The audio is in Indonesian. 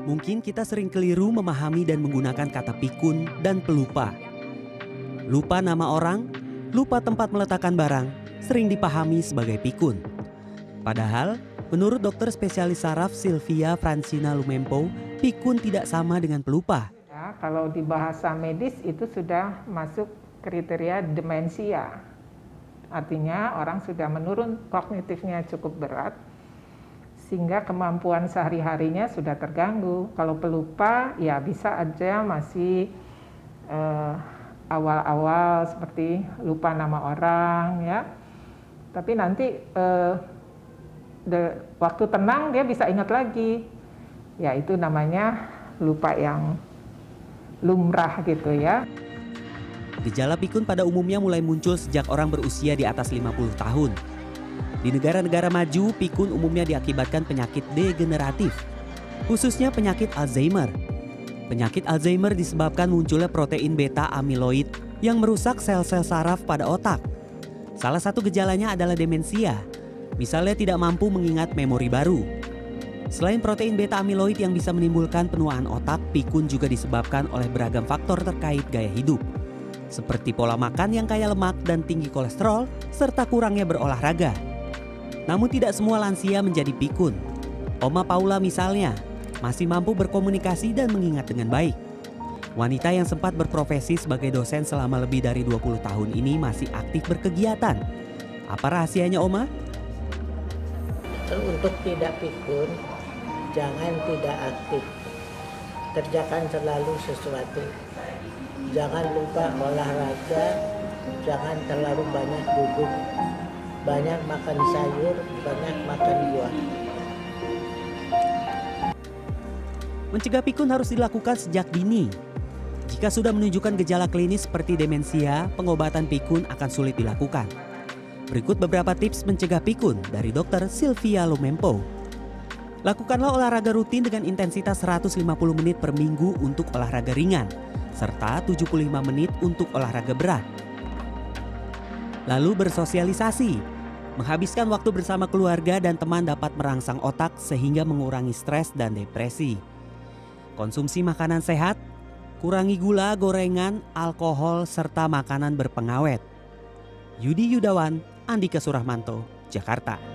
Mungkin kita sering keliru memahami dan menggunakan kata pikun dan pelupa. Lupa nama orang, lupa tempat meletakkan barang, sering dipahami sebagai pikun. Padahal, menurut dokter spesialis saraf Sylvia Francina Lumempo, pikun tidak sama dengan pelupa. Ya, kalau di bahasa medis itu sudah masuk kriteria demensia. Artinya orang sudah menurun kognitifnya cukup berat, sehingga kemampuan sehari-harinya sudah terganggu. Kalau pelupa ya bisa aja masih awal-awal seperti lupa nama orang ya. Tapi nanti waktu tenang dia bisa ingat lagi. Ya itu namanya lupa yang lumrah gitu ya. Gejala pikun pada umumnya mulai muncul sejak orang berusia di atas 50 tahun. Di negara-negara maju, pikun umumnya diakibatkan penyakit degeneratif, khususnya penyakit Alzheimer. Penyakit Alzheimer disebabkan munculnya protein beta amiloid yang merusak sel-sel saraf pada otak. Salah satu gejalanya adalah demensia, misalnya tidak mampu mengingat memori baru. Selain protein beta amiloid yang bisa menimbulkan penuaan otak, pikun juga disebabkan oleh beragam faktor terkait gaya hidup, seperti pola makan yang kaya lemak dan tinggi kolesterol, serta kurangnya berolahraga. Namun tidak semua lansia menjadi pikun. Oma Paula misalnya, masih mampu berkomunikasi dan mengingat dengan baik. Wanita yang sempat berprofesi sebagai dosen selama lebih dari 20 tahun ini masih aktif berkegiatan. Apa rahasianya, Oma? Untuk tidak pikun, jangan tidak aktif. Kerjakan selalu sesuatu. Jangan lupa olahraga, jangan terlalu banyak duduk. Banyak makan sayur, banyak makan buah. Mencegah pikun harus dilakukan sejak dini. Jika sudah menunjukkan gejala klinis seperti demensia, pengobatan pikun akan sulit dilakukan. Berikut beberapa tips mencegah pikun dari dokter Sylvia Lumempo. Lakukanlah olahraga rutin dengan intensitas 150 menit per minggu untuk olahraga ringan, serta 75 menit untuk olahraga berat. Lalu bersosialisasi. Menghabiskan waktu bersama keluarga dan teman dapat merangsang otak sehingga mengurangi stres dan depresi. Konsumsi makanan sehat, kurangi gula, gorengan, alkohol, serta makanan berpengawet. Yudi Yudawan, Andika Suramanto, Jakarta.